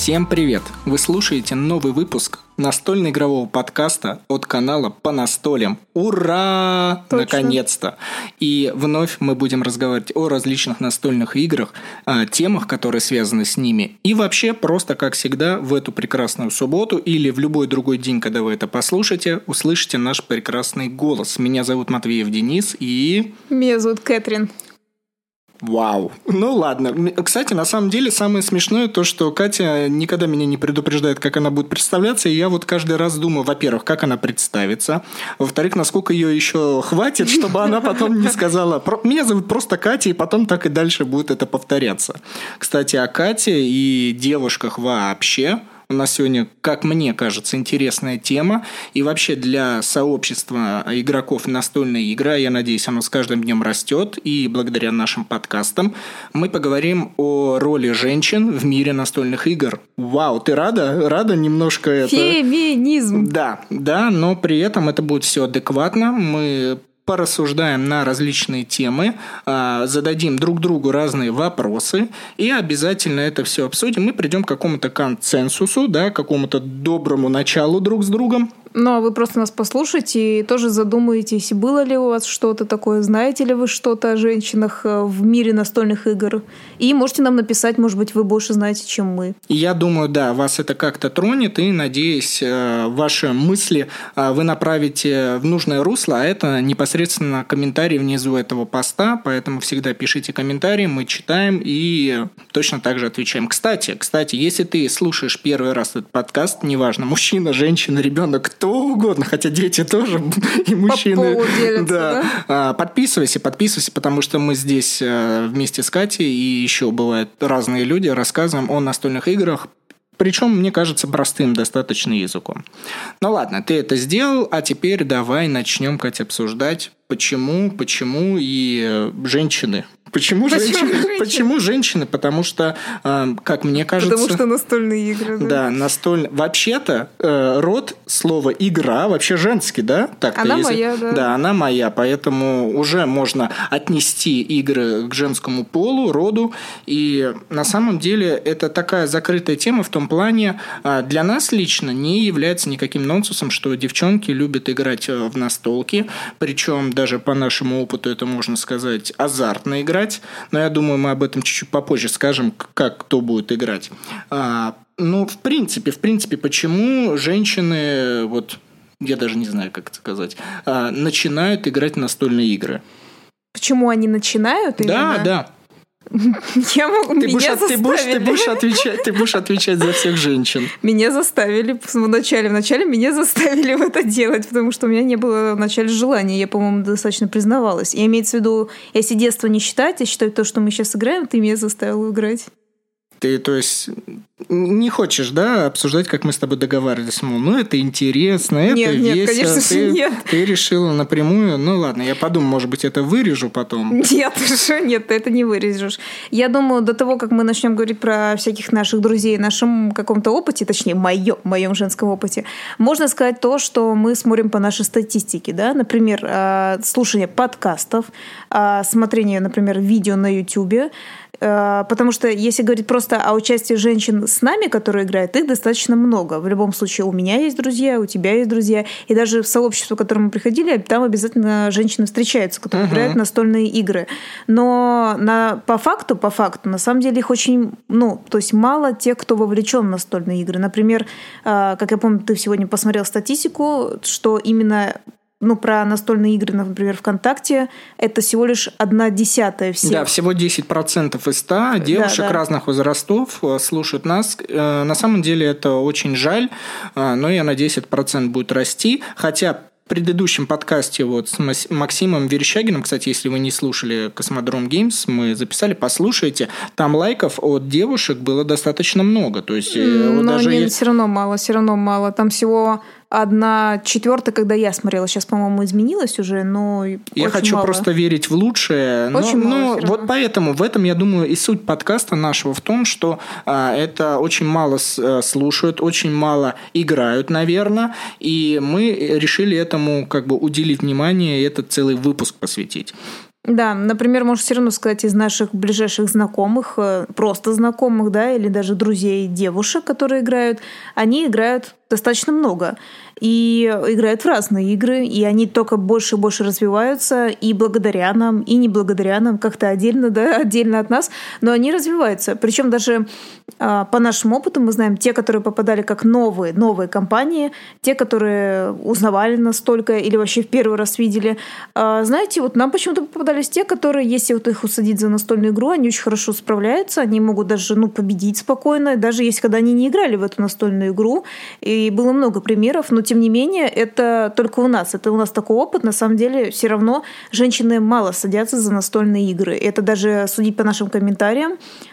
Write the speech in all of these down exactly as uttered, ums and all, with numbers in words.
Всем привет! Вы слушаете новый выпуск настольно-игрового подкаста от канала «По настолям». Ура! Точно. Наконец-то! И вновь мы будем разговаривать о различных настольных играх, о темах, которые связаны с ними. И вообще, просто как всегда, в эту прекрасную субботу или в любой другой день, когда вы это послушаете, услышите наш прекрасный голос. Меня зовут Матвеев Денис и... Меня зовут Кэтрин. Вау. Ну ладно. Кстати, на самом деле, самое смешное то, что Катя никогда меня не предупреждает, как она будет представляться, и я вот каждый раз думаю, во-первых, как она представится, во-вторых, насколько ее еще хватит, чтобы она потом не сказала, меня зовут просто Катя, и потом так и дальше будет это повторяться. Кстати, о Кате и девушках вообще... У нас сегодня, как мне кажется, интересная тема. И вообще для сообщества игроков настольной игры, я надеюсь, оно с каждым днем растет. И благодаря нашим подкастам мы поговорим о роли женщин в мире настольных игр. Вау, ты рада? Рада немножко это... Феминизм. Да, да, но при этом это будет все адекватно. Мы... порассуждаем на различные темы, зададим друг другу разные вопросы и обязательно это все обсудим и придем к какому-то консенсусу, да, к какому-то доброму началу друг с другом. Ну, а вы просто нас послушайте и тоже задумаетесь, было ли у вас что-то такое, знаете ли вы что-то о женщинах в мире настольных игр. И можете нам написать, может быть, вы больше знаете, чем мы. Я думаю, да, вас это как-то тронет, и, надеюсь, ваши мысли вы направите в нужное русло, а это непосредственно комментарии внизу этого поста, поэтому всегда пишите комментарии, мы читаем и точно так же отвечаем. Кстати, кстати, если ты слушаешь первый раз этот подкаст, неважно, мужчина, женщина, ребенок, кто угодно, хотя дети тоже и мужчины. По полу делятся, да. да? Подписывайся, подписывайся, потому что мы здесь вместе с Катей и еще бывают разные люди рассказываем о настольных играх, причем, мне кажется, простым достаточно языком. Ну ладно, ты это сделал, а теперь давай начнем, Катя, обсуждать, почему, почему и женщины. Почему, Почему женщины? женщины? Почему женщины? Потому что, э, как мне кажется... Потому что настольные игры. Да, да настольные. Вообще-то э, род слова «игра» вообще женский, да? Так-то, она если... моя, да. Да, она моя, поэтому уже можно отнести игры к женскому полу, роду. И на самом деле это такая закрытая тема в том плане, э, для нас лично не является никаким нонсенсом, что девчонки любят играть в настолки, причем даже по нашему опыту это, можно сказать, азартная игра. Но я думаю, мы об этом чуть-чуть попозже скажем, как кто будет играть. А, ну, в принципе, в принципе, почему женщины, вот я даже не знаю, как это сказать, а, начинают играть в настольные игры? Почему они начинают именно? Да, да. Я могу, ты, меня будешь, заставили. Ты, будешь, ты, будешь отвечать, ты будешь отвечать за всех женщин. Меня заставили вначале. Вначале меня заставили в это делать, потому что у меня не было вначале желания. Я, по-моему, достаточно признавалась. И имеется в виду, если детство не считать, я считаю, то, что мы сейчас играем, ты меня заставила играть. Ты, то есть, не хочешь, да, обсуждать, как мы с тобой договаривались, мол, ну, это интересно, это нет, весело. Нет, конечно ты, же, нет. Ты решила напрямую, ну, ладно, я подумаю, может быть, это вырежу потом. Нет, что? Нет, ты это не вырежешь. Я думаю, до того, как мы начнем говорить про всяких наших друзей, нашем каком-то опыте, точнее, моем, моем женском опыте, можно сказать то, что мы смотрим по нашей статистике, да, например, слушание подкастов, смотрение, например, видео на YouTube. Потому что, если говорить просто о участии женщин с нами, которые играют, их достаточно много. В любом случае, у меня есть друзья, у тебя есть друзья. И даже в сообщество, к которому мы приходили, там обязательно женщины встречаются, которые uh-huh. играют в настольные игры. Но на, по факту, по факту, на самом деле их очень, ну, то есть мало тех, кто вовлечен в настольные игры. Например, как я помню, ты сегодня посмотрел статистику, что именно... Ну, про настольные игры, например, ВКонтакте, это всего лишь одна десятая всех. Да, всего десять процентов из ста девушек да, да. разных возрастов слушают нас. На самом деле это очень жаль, но я надеюсь, этот процент будет расти. Хотя в предыдущем подкасте вот с Максимом Верещагиным, кстати, если вы не слушали Космодром Геймс, мы записали, послушайте, там лайков от девушек было достаточно много. То есть, mm, вот но даже нет, есть... все равно мало, все равно мало. Там всего... Одна четвертая, когда я смотрела, сейчас, по-моему, изменилась уже, но я хочу мало. Просто верить в лучшее. Очень но, мало но вот поэтому в этом, я думаю, и суть подкаста нашего в том, что а, это очень мало с, слушают, очень мало играют, наверное, и мы решили этому как бы уделить внимание и этот целый выпуск посвятить. Да, например, можешь все равно сказать из наших ближайших знакомых, просто знакомых, да, или даже друзей девушек, которые играют, они играют достаточно много. И играют в разные игры, и они только больше и больше развиваются, и благодаря нам, и не благодаря нам, как-то отдельно, да, отдельно от нас, но они развиваются. Причем даже а, по нашему опыту мы знаем, те, которые попадали как новые, новые компании, те, которые узнавали нас только или вообще в первый раз видели. А, знаете, вот нам почему-то попадались те, которые, если вот их усадить за настольную игру, они очень хорошо справляются, они могут даже, ну, победить спокойно, даже если когда они не играли в эту настольную игру. И было много примеров, но тем не менее, это только у нас. Это у нас такой опыт. На самом деле, все равно женщины мало садятся за настольные игры. Это даже, судить по нашим комментариям,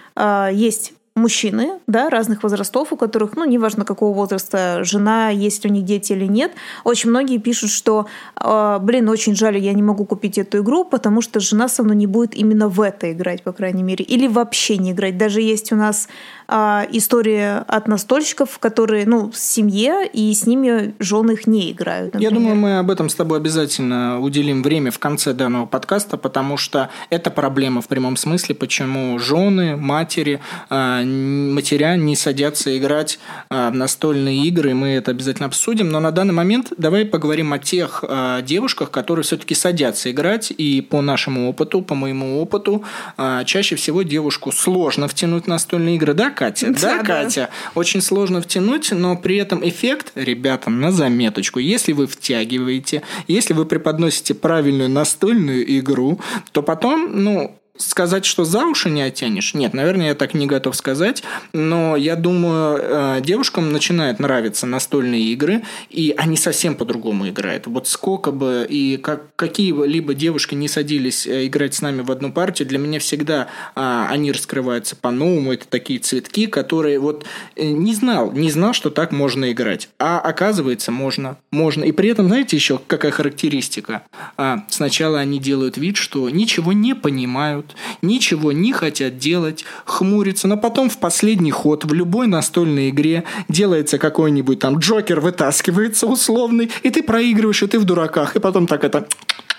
есть мужчины, да, разных возрастов, у которых, ну, неважно какого возраста жена, есть у них дети или нет, очень многие пишут, что, э, блин, очень жаль, я не могу купить эту игру, потому что жена со мной не будет именно в это играть, по крайней мере, или вообще не играть. Даже есть у нас э, история от настольщиков, которые, ну, в семье, и с ними жены их не играют, например. Я думаю, мы об этом с тобой обязательно уделим время в конце данного подкаста, потому что это проблема в прямом смысле, почему жены, матери, э, матеря не садятся играть в настольные игры, и мы это обязательно обсудим. Но на данный момент давай поговорим о тех девушках, которые все-таки садятся играть, и по нашему опыту, по моему опыту, чаще всего девушку сложно втянуть в настольные игры. Да, Катя? Да, да, Катя? Очень сложно втянуть, но при этом эффект, ребята, на заметочку. Если вы втягиваете, если вы преподносите правильную настольную игру, то потом, ну, сказать, что за уши не оттянешь? Нет, наверное, я так не готов сказать, но я думаю, девушкам начинают нравиться настольные игры, и они совсем по-другому играют. Вот сколько бы и как, какие-либо девушки не садились играть с нами в одну партию, для меня всегда а, они раскрываются по-новому. Это такие цветки, которые вот не знал, не знал, что так можно играть. А оказывается, можно. Можно. И при этом, знаете, еще какая характеристика? А, сначала они делают вид, что ничего не понимают, ничего не хотят делать, хмурятся, но потом в последний ход в любой настольной игре делается какой-нибудь там Джокер, вытаскивается условный, и ты проигрываешь, и ты в дураках, и потом так это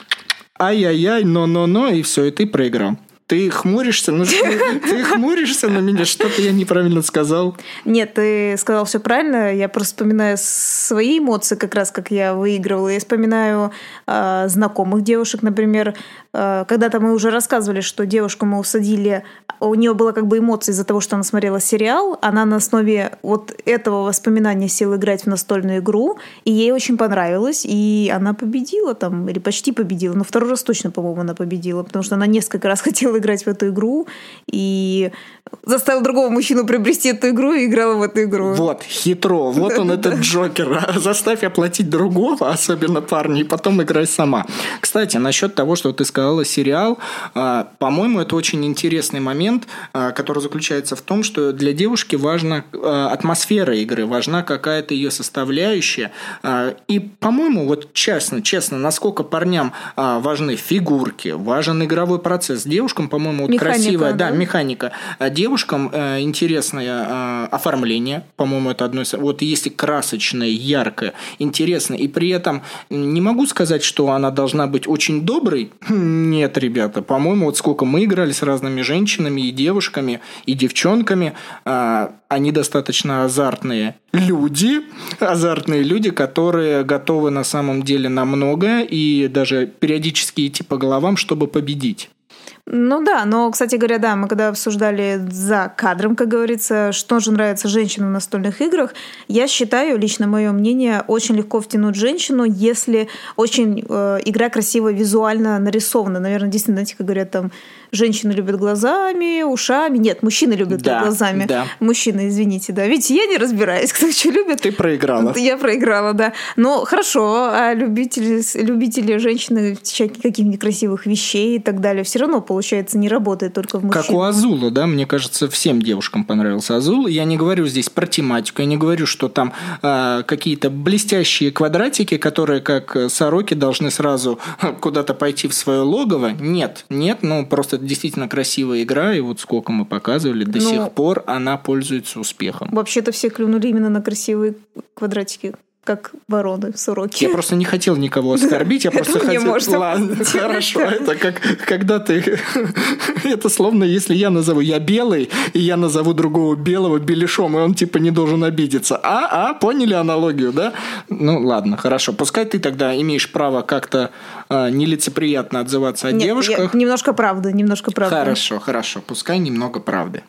ай-яй-яй, но-но-но, и все, и ты проиграл. Ты хмуришься? Ну, ты хмуришься на меня? Что-то я неправильно сказал. Нет, ты сказал все правильно. Я просто вспоминаю свои эмоции, как раз как я выигрывала. Я вспоминаю э, знакомых девушек, например. Э, когда-то мы уже рассказывали, что девушку мы усадили, у нее было как бы эмоции из-за того, что она смотрела сериал. Она на основе вот этого воспоминания села играть в настольную игру, и ей очень понравилось, и она победила там, или почти победила. Но второй раз точно, по-моему, она победила, потому что она несколько раз хотела играть в эту игру и заставил другого мужчину приобрести эту игру и играла в эту игру. Вот, хитро. Вот он, этот Джокер. Заставь оплатить другого, особенно парня, и потом играй сама. Кстати, насчет того, что ты сказала, сериал, по-моему, это очень интересный момент, который заключается в том, что для девушки важна атмосфера игры, важна какая-то ее составляющая. И, по-моему, вот честно, честно, насколько парням важны фигурки, важен игровой процесс. Девушкам, по-моему, вот механика, красивая, да, да, механика. Девушкам э, интересное э, оформление, по-моему, это одно из... Вот если красочное, яркое, интересное, и при этом не могу сказать, что она должна быть очень доброй. Нет, ребята, по-моему, вот сколько мы играли с разными женщинами и девушками, и девчонками, э, они достаточно азартные люди, азартные люди, которые готовы на самом деле на многое и даже периодически идти по головам, чтобы победить. Ну да, но, кстати говоря, да, мы когда обсуждали за кадром, как говорится, что же нравится женщинам в настольных играх, я считаю, лично мое мнение, очень легко втянуть женщину, если очень э, игра красиво визуально нарисована. Наверное, действительно, знаете, как говорят, там, женщины любят глазами, ушами. Нет, мужчины любят да, глазами. Да. Мужчины, извините, да. Видите, я не разбираюсь, кто что любит. Ты проиграла. Я проиграла, да. Но хорошо, а любители, любители женщины каких-нибудь красивых вещей и так далее все равно, получается, не работает только в мужчин. Как у Азула, да, мне кажется, всем девушкам понравился Азул. Я не говорю здесь про тематику, я не говорю, что там э, какие-то блестящие квадратики, которые, как сороки, должны сразу куда-то пойти в свое логово. Нет, нет, ну просто это действительно красивая игра, и вот сколько мы показывали, до ну, сих пор она пользуется успехом. Вообще-то все клюнули именно на красивые квадратики. как вороны в суроке. Я просто не хотел никого оскорбить, я просто хотел... Ладно, хорошо, это как когда ты... Это словно, если я назову я белый, и я назову другого белого беляшом, и он типа не должен обидеться. А, а, поняли аналогию, да? Ну, ладно, хорошо. Пускай ты тогда имеешь право как-то а, нелицеприятно отзываться о Нет, девушках. Я, немножко правды, немножко правды. Хорошо, хорошо. Пускай немного правды.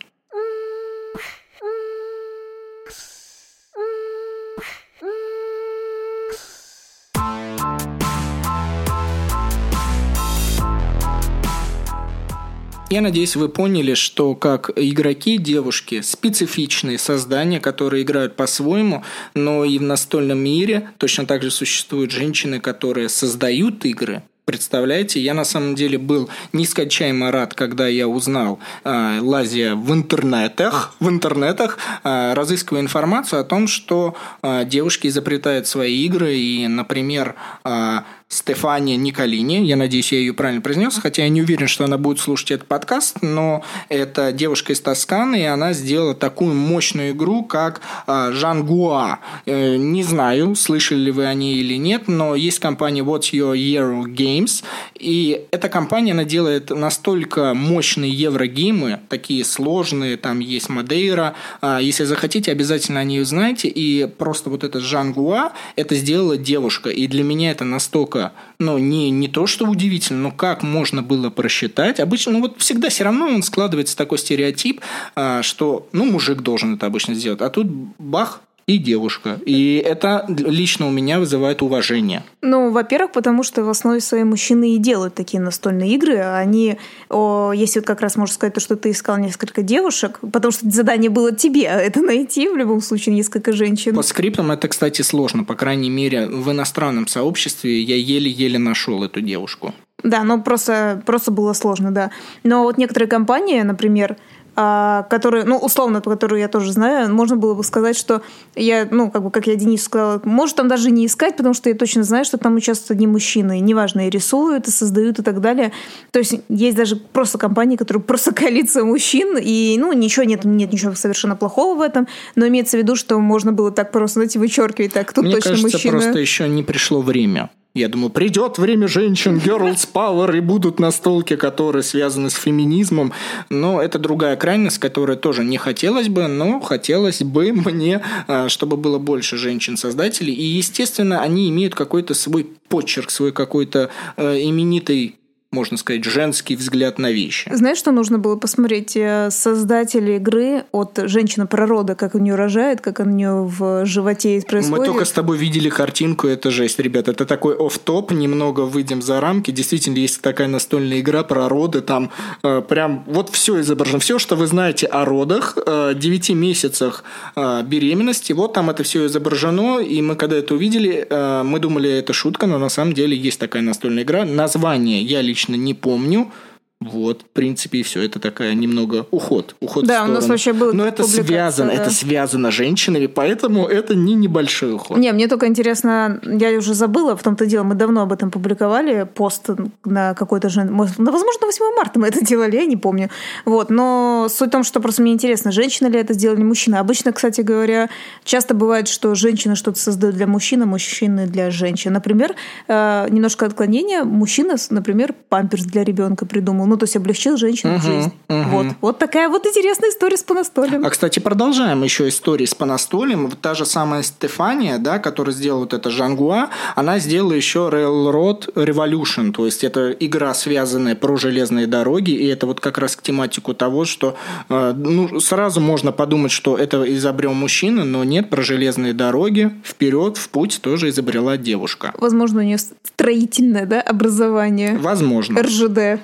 Я надеюсь, вы поняли, что как игроки, девушки, специфичные создания, которые играют по-своему, но и в настольном мире точно так же существуют женщины, которые создают игры. Представляете, я на самом деле был нескончаемо рад, когда я узнал, э, лазя в интернетах, в интернетах э, разыскивая информацию о том, что э, девушки изобретают свои игры, и, например, э, Стефания Николини, я надеюсь, я ее правильно произнес, хотя я не уверен, что она будет слушать этот подкаст, но это девушка из Тосканы, и она сделала такую мощную игру, как э, Жангуа. Э, не знаю, слышали ли вы о ней или нет, но есть компания What's Your Euro Games, и эта компания, она делает настолько мощные еврогеймы, такие сложные, там есть Мадейра, э, если захотите, обязательно о ней узнаете, и просто вот это Жангуа, это сделала девушка, и для меня это настолько ну, не, не то, что удивительно, но как можно было просчитать. Обычно, ну, вот всегда все равно он складывается такой стереотип, что, ну, мужик должен это обычно сделать, а тут бах, и девушка. И это лично у меня вызывает уважение. Ну, во-первых, потому что в основе своей мужчины и делают такие настольные игры. Они, о, если вот как раз можно сказать, то, что ты искал несколько девушек, потому что задание было тебе это найти, в любом случае, несколько женщин. По скриптам это, кстати, сложно. По крайней мере, в иностранном сообществе я еле-еле нашел эту девушку. Да, ну просто, просто было сложно, да. Но вот некоторые компании, например, которые, ну, условно, которую я тоже знаю, можно было бы сказать, что я, ну, как бы, как я Денису сказала, может там даже не искать, потому что я точно знаю, что там участвуют одни мужчины, неважно, и рисуют, и создают, и так далее. То есть есть даже просто компании, которые просто коалиция мужчин, и, ну, ничего нет, нет ничего совершенно плохого в этом, но имеется в виду, что можно было так просто, знаете, вычеркивать, так, тут Мне точно кажется, мужчина. Мне кажется, просто еще не пришло время. Я думаю, придет время женщин, girls power, и будут настолки, которые связаны с феминизмом. Но это другая крайность, которая тоже не хотелось бы, но хотелось бы мне, чтобы было больше женщин-создателей. И, естественно, они имеют какой-то свой почерк, свой какой-то именитый, можно сказать, женский взгляд на вещи. Знаешь, что нужно было посмотреть? Создатели игры от женщины-пророда, как у нее рожает, как у нее в животе происходит. Мы только с тобой видели картинку, это жесть, ребята. Это такой офф-топ, немного выйдем за рамки. Действительно, есть такая настольная игра про роды, там э, прям вот все изображено. Все, что вы знаете о родах, э, девяти месяцах э, беременности, вот там это все изображено. И мы когда это увидели, э, мы думали, это шутка, но на самом деле есть такая настольная игра. Название я лично не помню. Вот, в принципе, и все. Это такая немного уход. уход да, у нас вообще был. Но это связано, да. это связано с женщинами, поэтому это не небольшой уход. Не, мне только интересно, я уже забыла, в том-то дело, мы давно об этом публиковали, пост на какой-то же... Возможно, восьмого марта мы это делали, я не помню. Вот, но суть в том, что просто мне интересно, женщина ли это сделали, мужчина. Обычно, кстати говоря, часто бывает, что женщины что-то создают для мужчин, а мужчины для женщин. Например, немножко отклонение. Мужчина, например, памперс для ребенка придумал. Ну, то есть облегчил женщину угу, жизнь. Угу. Вот. Вот такая вот интересная история с Понастолем. А, кстати, продолжаем еще истории с Понастолем. Та же самая Стефания, да, которая сделала вот это Жангуа, она сделала еще Railroad Revolution. То есть, это игра, связанная про железные дороги, и это вот как раз к тематику того, что э, ну, сразу можно подумать, что это изобрел мужчина, но нет, про железные дороги вперед, в путь тоже изобрела девушка. Возможно, у нее строительное, да, образование. Возможно. эр жэ дэ.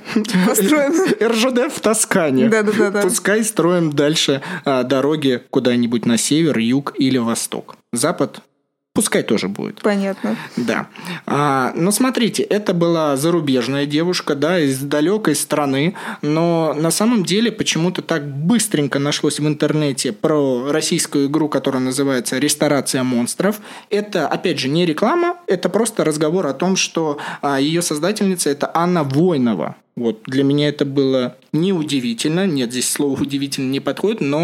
эр жэ дэ в Тоскане. Да, да, да. Пускай строим дальше а, дороги куда-нибудь на север, юг или восток. Запад пускай тоже будет. Понятно. Да. А, но смотрите, это была зарубежная девушка, да, из далекой страны, но на самом деле почему-то так быстренько нашлось в интернете про российскую игру, которая называется «Ресторация монстров». Это, опять же, не реклама, это просто разговор о том, что а, ее создательница – это Анна Войнова. Вот, для меня это было неудивительно. Нет, здесь слово «удивительно» не подходит, но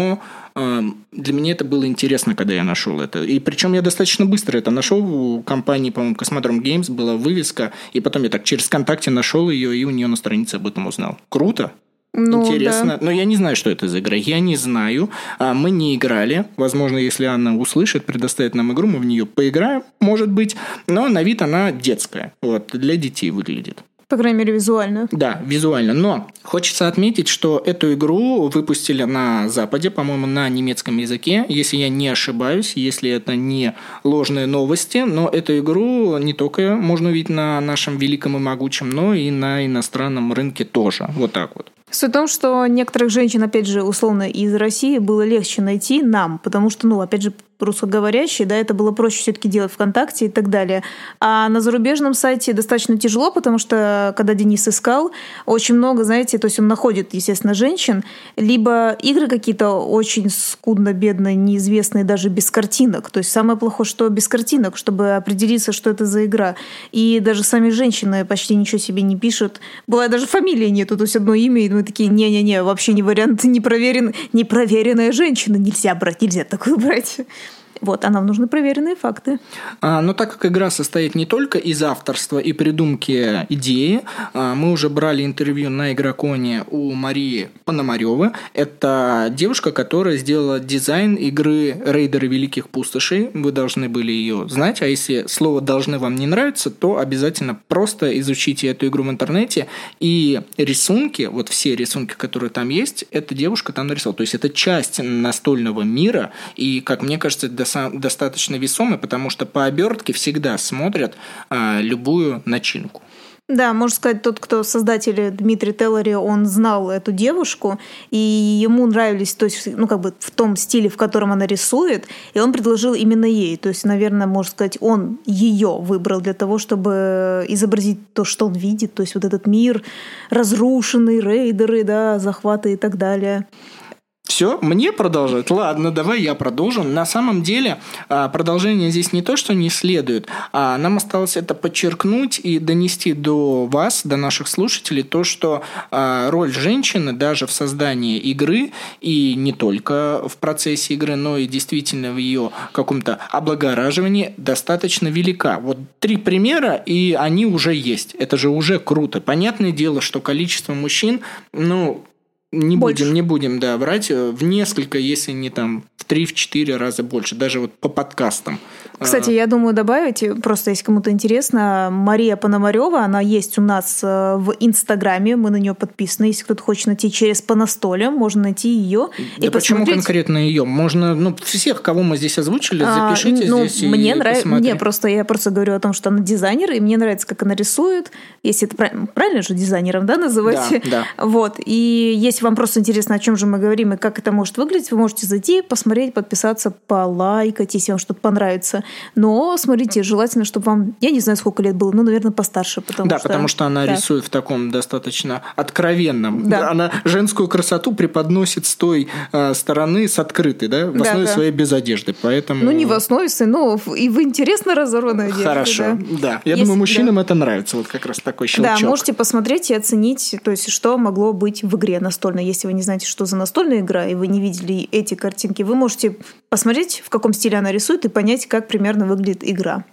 Для меня это было интересно, когда я нашел это. И причем я достаточно быстро это нашел. У компании, по-моему, Космодром Геймс была вывеска, и потом я так через ВКонтакте нашел ее, и у нее на странице об этом узнал. Круто. Ну, интересно. Да. Но я не знаю, что это за игра. Я не знаю. Мы не играли. Возможно, если Анна услышит, предоставит нам игру, мы в нее поиграем, может быть. Но на вид она детская. Вот, для детей выглядит. По крайней мере, визуально. Да, визуально. Но хочется отметить, что эту игру выпустили на Западе, по-моему, на немецком языке, если я не ошибаюсь, если это не ложные новости. Но эту игру не только можно увидеть на нашем великом и могучем, но и на иностранном рынке тоже. Вот так вот. Суть в том, что некоторых женщин, опять же, условно, из России было легче найти нам, потому что, ну, опять же, русскоговорящие, да, это было проще все-таки делать ВКонтакте и так далее. А на зарубежном сайте достаточно тяжело, потому что, когда Денис искал, очень много, знаете, то есть он находит, естественно, женщин, либо игры какие-то очень скудно, бедно, неизвестные, даже без картинок. То есть самое плохое, что без картинок, чтобы определиться, что это за игра. И даже сами женщины почти ничего себе не пишут. Бывает, даже фамилии нету, то есть одно имя, и мы такие, не-не-не, вообще не вариант, не проверен, непроверенная женщина, нельзя брать, нельзя такую брать. Вот, а нам нужны проверенные факты. А, но так как игра состоит не только из авторства и придумки идеи, а, мы уже брали интервью на Игроконе у Марии Пономарёвой. Это девушка, которая сделала дизайн игры «Рейдеры Великих Пустошей». Вы должны были ее знать, а если слово «должны» вам не нравится, то обязательно просто изучите эту игру в интернете. И рисунки, вот все рисунки, которые там есть, эта девушка там нарисовала. То есть это часть настольного мира, и, как мне кажется, это достаточно весомый, потому что по обертке всегда смотрят а, любую начинку. Да, можно сказать, тот, кто создатель Дмитрий Теллери, он знал эту девушку, и ему нравились, то есть, ну, как бы в том стиле, в котором она рисует, и он предложил именно ей. То есть, наверное, можно сказать, он ее выбрал для того, чтобы изобразить то, что он видит, то есть вот этот мир разрушенный, рейдеры, да, захваты и так далее. Все, мне продолжать? Ладно, давай я продолжу. На самом деле продолжение здесь не то, что не следует, а нам осталось это подчеркнуть и донести до вас, до наших слушателей, то, что роль женщины даже в создании игры, и не только в процессе игры, но и действительно в ее каком-то облагораживании достаточно велика. Вот три примера, и они уже есть. Это же уже круто. Понятное дело, что количество мужчин, ну... Не больше. будем, не будем, да, врать. В несколько, если не там в три-четыре раза больше, даже вот по подкастам. Кстати, я думаю добавить, просто если кому-то интересно, Мария Пономарёва, она есть у нас в Инстаграме, мы на нее подписаны. Если кто-то хочет найти через Понастоле, можно найти ее. Да, и почему посмотреть... конкретно ее? Можно, ну, всех, кого мы здесь озвучили, запишите а, ну, здесь мне и нрав... Мне просто, я просто говорю о том, что она дизайнер, и мне нравится, как она рисует. Если это правильно, правильно же дизайнером, да, называть? Да, да. Вот. И если вам просто интересно, о чем же мы говорим и как это может выглядеть, вы можете зайти, посмотреть, подписаться, полайкать, если вам что-то понравится. Но, смотрите, желательно, чтобы вам, я не знаю, сколько лет было, ну, наверное, постарше. Потому да, что... потому что она да. рисует в таком достаточно откровенном. Да. Она женскую красоту преподносит с той э, стороны, с открытой, да, в основе да, да. своей без одежды. Поэтому... Ну, не в основе своей, но и в интересно разорванной одежде. Хорошо, да. да. Я Есть, думаю, мужчинам да. это нравится, вот как раз такой щелчок. Да, можете посмотреть и оценить, то есть, что могло быть в игре настольной. Если вы не знаете, что за настольная игра, и вы не видели эти картинки, вы можете посмотреть, в каком стиле она рисует, и понять, как примерно выглядит игра.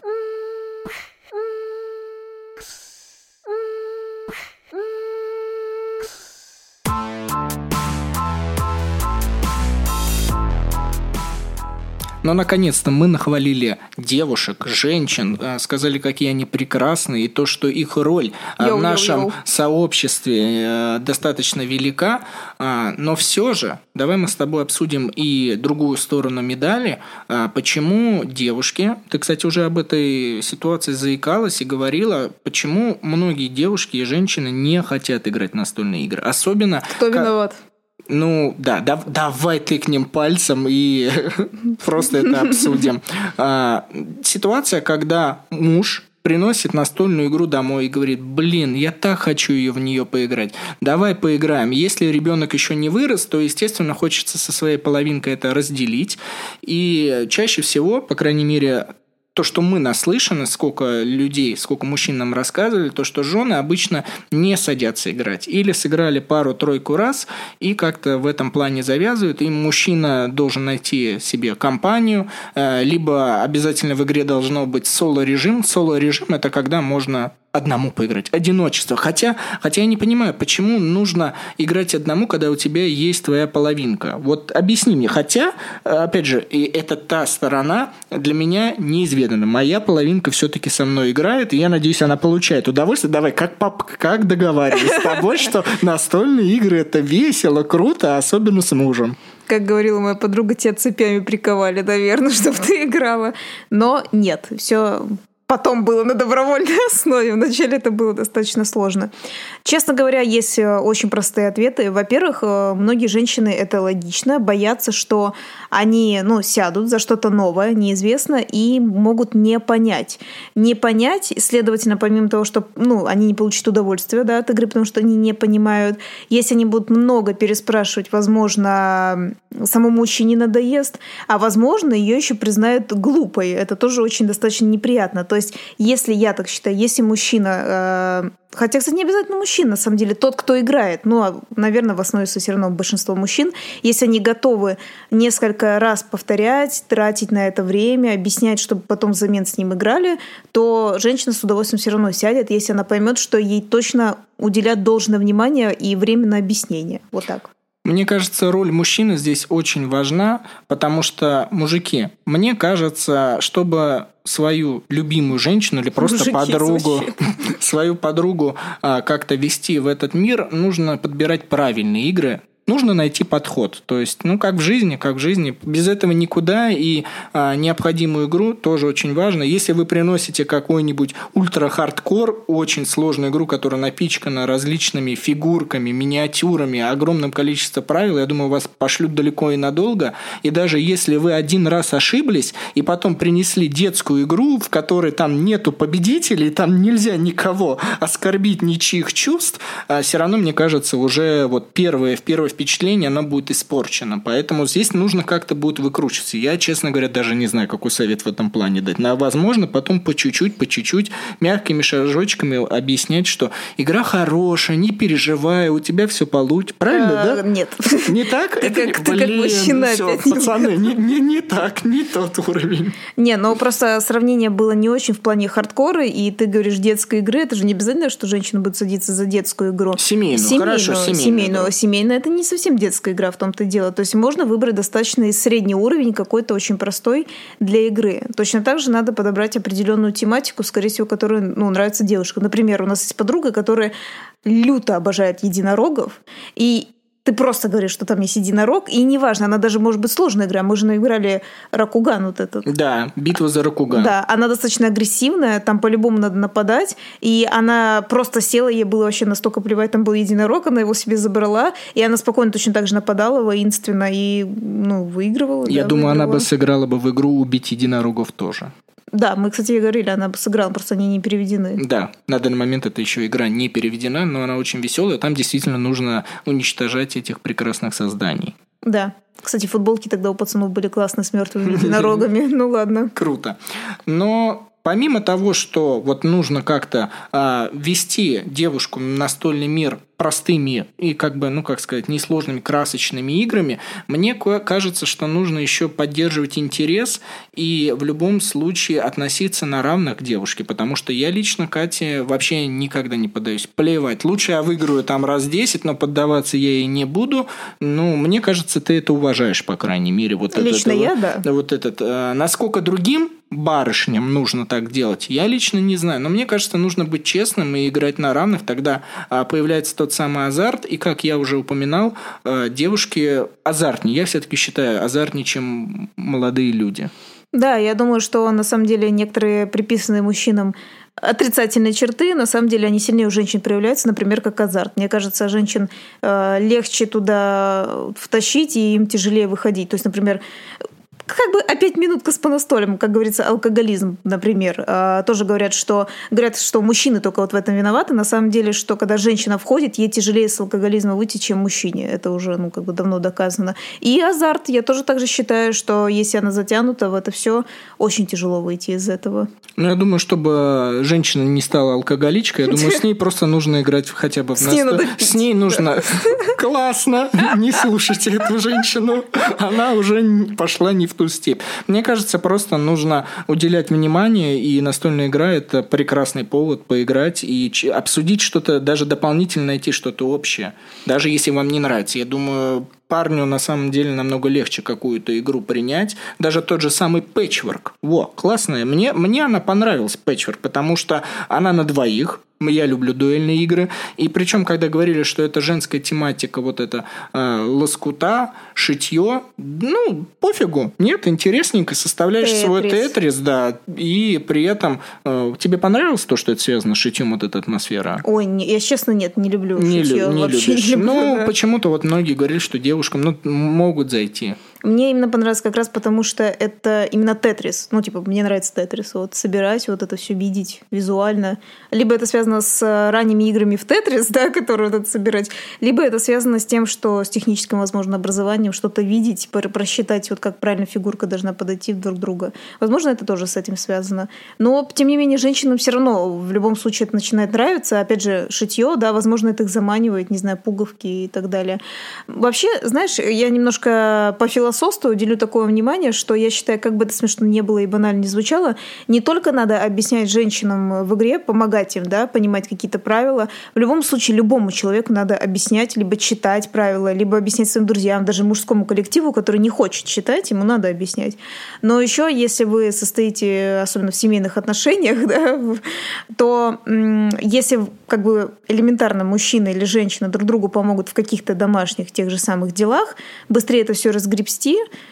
Но, наконец-то, мы нахвалили девушек, женщин, сказали, какие они прекрасные, и то, что их роль йоу, в нашем йоу, йоу. сообществе достаточно велика. Но все же, давай мы с тобой обсудим и другую сторону медали. Почему девушки, ты, кстати, уже об этой ситуации заикалась и говорила, почему многие девушки и женщины не хотят играть в настольные игры. Особенно... Кто виноват? Ну, да, да, давай тыкнем пальцем и просто это обсудим. Ситуация, когда муж приносит настольную игру домой и говорит: блин, я так хочу ее в нее поиграть, давай поиграем. Если ребенок еще не вырос, то, естественно, хочется со своей половинкой это разделить. И чаще всего, по крайней мере, то, что мы наслышаны, сколько людей, сколько мужчин нам рассказывали, то, что жены обычно не садятся играть. Или сыграли пару-тройку раз и как-то в этом плане завязывают. И мужчина должен найти себе компанию, либо обязательно в игре должно быть соло-режим. Соло-режим – это когда можно одному поиграть. Одиночество. Хотя, хотя я не понимаю, почему нужно играть одному, когда у тебя есть твоя половинка. Вот объясни мне. Хотя, опять же, и это та сторона для меня неизведанна. Моя половинка все-таки со мной играет, и я надеюсь, она получает удовольствие. Давай, как, пап, как договаривались с тобой, что настольные игры – это весело, круто, особенно с мужем. Как говорила моя подруга, тебя цепями приковали, наверное, чтобы ты играла. Но нет, все потом было на добровольной основе. Вначале это было достаточно сложно. Честно говоря, есть очень простые ответы. Во-первых, многие женщины, это логично, боятся, что они ну, сядут за что-то новое, неизвестное, и могут не понять. Не понять, следовательно, помимо того, что ну, они не получат удовольствие да, от игры, потому что они не понимают. Если они будут много переспрашивать, возможно, самому мужчине надоест, а возможно, ее еще признают глупой. Это тоже очень достаточно неприятно. То есть, если я так считаю, если мужчина... Э, хотя, кстати, не обязательно мужчина, на самом деле, тот, кто играет, ну, наверное, в основе все равно большинство мужчин, если они готовы несколько раз повторять, тратить на это время, объяснять, чтобы потом взамен с ним играли, то женщина с удовольствием все равно сядет, если она поймет, что ей точно уделят должное внимание и время на объяснение. Вот так. Мне кажется, роль мужчины здесь очень важна, потому что, мужики, мне кажется, чтобы свою любимую женщину или просто Мужики, подругу, свою подругу а, как-то вести в этот мир, нужно подбирать правильные игры. Нужно найти подход. То есть, ну, как в жизни, как в жизни. Без этого никуда. И а, необходимую игру тоже очень важно. Если вы приносите какой-нибудь ультра-хардкор, очень сложную игру, которая напичкана различными фигурками, миниатюрами, огромным количеством правил, я думаю, вас пошлют далеко и надолго. И даже если вы один раз ошиблись, и потом принесли детскую игру, в которой там нету победителей, там нельзя никого оскорбить, ничьих чувств, а, все равно, мне кажется, уже вот первое, в первое впечатление, оно будет испорчено. Поэтому здесь нужно как-то будет выкручиваться. Я, честно говоря, даже не знаю, какой совет в этом плане дать. Но, возможно, потом по чуть-чуть, по чуть-чуть, мягкими шажочками объяснять, что игра хорошая, не переживай, у тебя все получится. Правильно, а, да? Нет. Не так? Ты как, ты как мужчина опять. Пацаны, не, не, не так, не тот уровень. Не, ну просто сравнение было не очень в плане хардкора, и ты говоришь детской игры, это же не обязательно, что женщина будет садиться за детскую игру. Семейную, семейную хорошо, семейную. Семейную, да. Семейная это не совсем детская игра, в том-то и дело. То есть можно выбрать достаточно средний уровень, какой-то очень простой для игры. Точно так же надо подобрать определенную тематику, скорее всего, которая ну, нравится девушкам. Например, у нас есть подруга, которая люто обожает единорогов, и ты просто говоришь, что там есть единорог, и неважно, она даже может быть сложная игра. Мы же наиграли Ракуган вот этот. Да, битва за Ракуган. Да, она достаточно агрессивная, там по-любому надо нападать, и она просто села, ей было вообще настолько плевать, там был единорог, она его себе забрала, и она спокойно точно так же нападала воинственно и ну, выигрывала. Я да, думаю, выигрывала. она бы сыграла бы в игру «Убить единорогов» тоже. Да, мы, кстати, говорили, она бы сыграла, просто они не переведены. Да, на данный момент эта еще игра не переведена, но она очень веселая. Там действительно нужно уничтожать этих прекрасных созданий. Да. Кстати, футболки тогда у пацанов были классные с мертвыми единорогами. Ну ладно. Круто. Но помимо того, что вот нужно как-то а, ввести девушку в настольный мир простыми и, как бы, ну, как сказать, несложными красочными играми, мне кажется, что нужно еще поддерживать интерес и в любом случае относиться на равных к девушке, потому что я лично Кате вообще никогда не поддаюсь. Плевать. Лучше я выиграю там раз десять, но поддаваться я ей не буду. Ну, мне кажется, ты это уважаешь, по крайней мере. Вот лично этот, я, вот, да. Вот этот. А, насколько другим барышням нужно так делать, я лично не знаю. Но мне кажется, нужно быть честным и играть на равных. Тогда а, появляется тот самый азарт. И, как я уже упоминал, а, девушки азартнее. Я все-таки считаю азартнее, чем молодые люди. Да, я думаю, что на самом деле некоторые приписанные мужчинам отрицательные черты, на самом деле они сильнее у женщин проявляются, например, как азарт. Мне кажется, женщин э, легче туда втащить, и им тяжелее выходить. То есть, например, как бы опять минутка с понастолем, как говорится, алкоголизм, например. А, тоже говорят, что говорят, что мужчины только вот в этом виноваты. На самом деле, что когда женщина входит, ей тяжелее с алкоголизма выйти, чем мужчине. Это уже, ну, как бы давно доказано. И азарт. Я тоже так же считаю, что если она затянута в это все, очень тяжело выйти из этого. Ну, я думаю, чтобы женщина не стала алкоголичкой, я думаю, с ней просто нужно играть хотя бы в настолку. С ней нужно... Классно! Не слушайте эту женщину. Она уже пошла не в ту степь. Мне кажется, просто нужно уделять внимание, и настольная игра – это прекрасный повод поиграть и обсудить что-то, даже дополнительно найти что-то общее. Даже если вам не нравится. Я думаю, парню на самом деле намного легче какую-то игру принять. Даже тот же самый Patchwork. Во, классная. Мне, мне она понравилась, Patchwork, потому что она на двоих. Я люблю дуэльные игры. И причем, когда говорили, что это женская тематика, вот это э, лоскута, шитье, ну, пофигу. Нет, интересненько. Составляешь тетрис. свой тетрис, да. И при этом э, тебе понравилось то, что это связано с шитьем, вот эта атмосфера? Ой, не, я честно, нет, не люблю не шитье. Лю, не вообще любишь. Не люблю, ну, да. Почему-то вот многие говорили, что девушкам ну, могут зайти. Мне именно понравилось как раз потому, что это именно тетрис. Ну, типа, мне нравится тетрис. Вот собирать, вот это все видеть визуально. Либо это связано с ранними играми в тетрис, да, которые вот это собирать, либо это связано с тем, что с техническим, возможно, образованием что-то видеть, просчитать, вот как правильно фигурка должна подойти друг к другу. Возможно, это тоже с этим связано. Но, тем не менее, женщинам все равно в любом случае это начинает нравиться. Опять же, шитье, да, возможно, это их заманивает, не знаю, пуговки и так далее. Вообще, знаешь, я немножко по философии уделю такое внимание, что я считаю, как бы это смешно не было и банально не звучало, не только надо объяснять женщинам в игре, помогать им, да, понимать какие-то правила. В любом случае, любому человеку надо объяснять, либо читать правила, либо объяснять своим друзьям, даже мужскому коллективу, который не хочет читать, ему надо объяснять. Но еще, если вы состоите, особенно в семейных отношениях, да, то если как бы элементарно мужчина или женщина друг другу помогут в каких-то домашних тех же самых делах, быстрее это все разгребсти,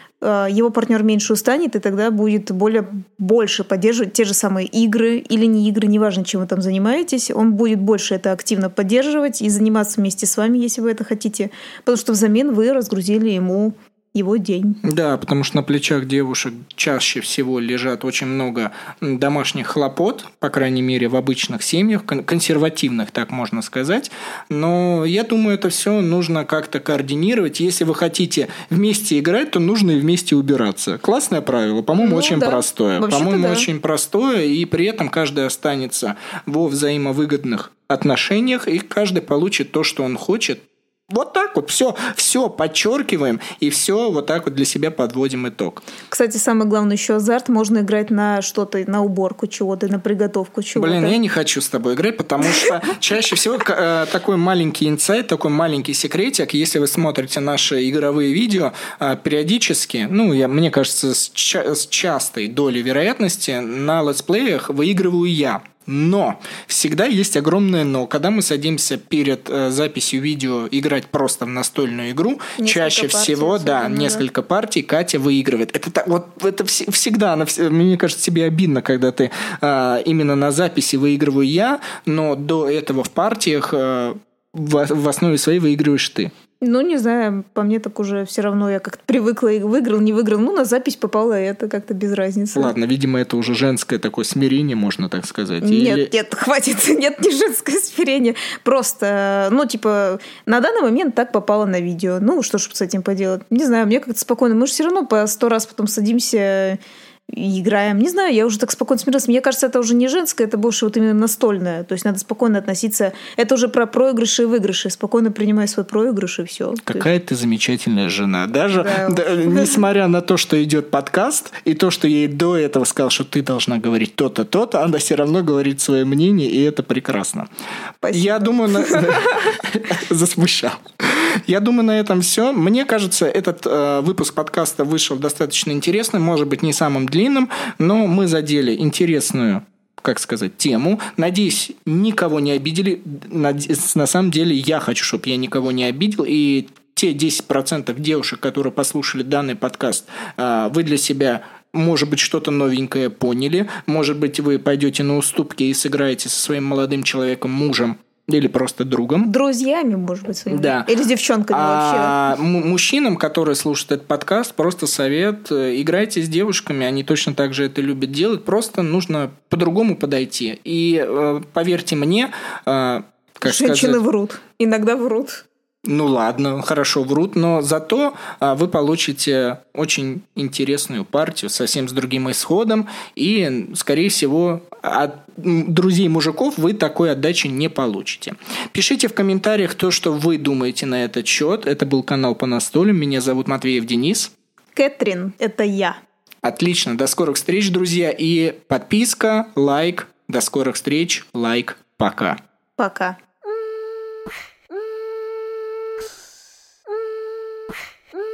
его партнер меньше устанет, и тогда будет более, больше поддерживать те же самые игры или не игры, неважно, чем вы там занимаетесь, он будет больше это активно поддерживать и заниматься вместе с вами, если вы это хотите, потому что взамен вы разгрузили ему его день. Да, потому что на плечах девушек чаще всего лежат очень много домашних хлопот, по крайней мере, в обычных семьях, консервативных, так можно сказать. Но я думаю, это все нужно как-то координировать. Если вы хотите вместе играть, то нужно и вместе убираться. Классное правило, по-моему, ну, очень да. простое. Вообще-то по-моему, да. очень простое, и при этом каждый останется во взаимовыгодных отношениях, и каждый получит то, что он хочет. Вот так вот, все, все подчеркиваем и все вот так вот для себя подводим итог. Кстати, самое главное еще азарт. Можно играть на что-то, на уборку чего-то, на приготовку чего-то. Блин, я не хочу с тобой играть, потому что чаще всего такой маленький инсайт, такой маленький секретик. Если вы смотрите наши игровые видео, периодически, ну, я, мне кажется, с, ча- с частой долей вероятности на летсплеях выигрываю я. Но всегда есть огромное но. Когда мы садимся перед э, записью видео играть просто в настольную игру, несколько чаще всего, да, да, несколько партий Катя выигрывает. Это так, вот это вс- всегда, она, мне кажется, тебе обидно, когда ты э, именно на записи выигрываю я, но до этого в партиях э, в, в основе своей выигрываешь ты. Ну, не знаю, по мне так уже все равно я как-то привыкла и выиграл, не выиграл. Ну, на запись попала, это как-то без разницы. Ладно, видимо, это уже женское такое смирение, можно так сказать. Нет, Или... нет, хватит, нет, не женское смирение. Просто, ну, типа, на данный момент так попало на видео. Ну, что ж с этим поделать? Не знаю, мне как-то спокойно. Мы же все равно по сто раз потом садимся и играем. Не знаю, я уже так спокойно смирилась. Мне кажется, это уже не женское, это больше вот именно настольное. То есть надо спокойно относиться. Это уже про проигрыши и выигрыши. Спокойно принимай свой проигрыш и все. Какая есть... ты замечательная жена. Даже да. Да, несмотря на то, что идет подкаст, и то, что я ей до этого сказал, что ты должна говорить то-то, то-то, она все равно говорит свое мнение, и это прекрасно. Спасибо. Я думаю... Засмущал. Я думаю, на этом все. Мне кажется, этот э, выпуск подкаста вышел достаточно интересным, может быть, не самым длинным, но мы задели интересную, как сказать, тему. Надеюсь, никого не обидели. На самом деле, я хочу, чтобы я никого не обидел, и те десять процентов девушек, которые послушали данный подкаст, э, вы для себя... Может быть, что-то новенькое поняли. Может быть, вы пойдете на уступки и сыграете со своим молодым человеком, мужем, или просто другом. Друзьями, может быть, своими. Да. Или с девчонками а вообще. М- мужчинам, которые слушают этот подкаст, просто совет: играйте с девушками, они точно так же это любят делать, просто нужно по-другому подойти. И э, поверьте мне, э, как Женщины сказать... врут. Иногда врут. Ну ладно, хорошо, врут, но зато а, вы получите очень интересную партию совсем с другим исходом, и, скорее всего, от друзей мужиков вы такой отдачи не получите. Пишите в комментариях то, что вы думаете на этот счет. Это был канал «По настолям». Меня зовут Матвеев Денис. Кэтрин, это я. Отлично, до скорых встреч, друзья, и подписка, лайк. До скорых встреч, лайк, пока. Пока. Mm.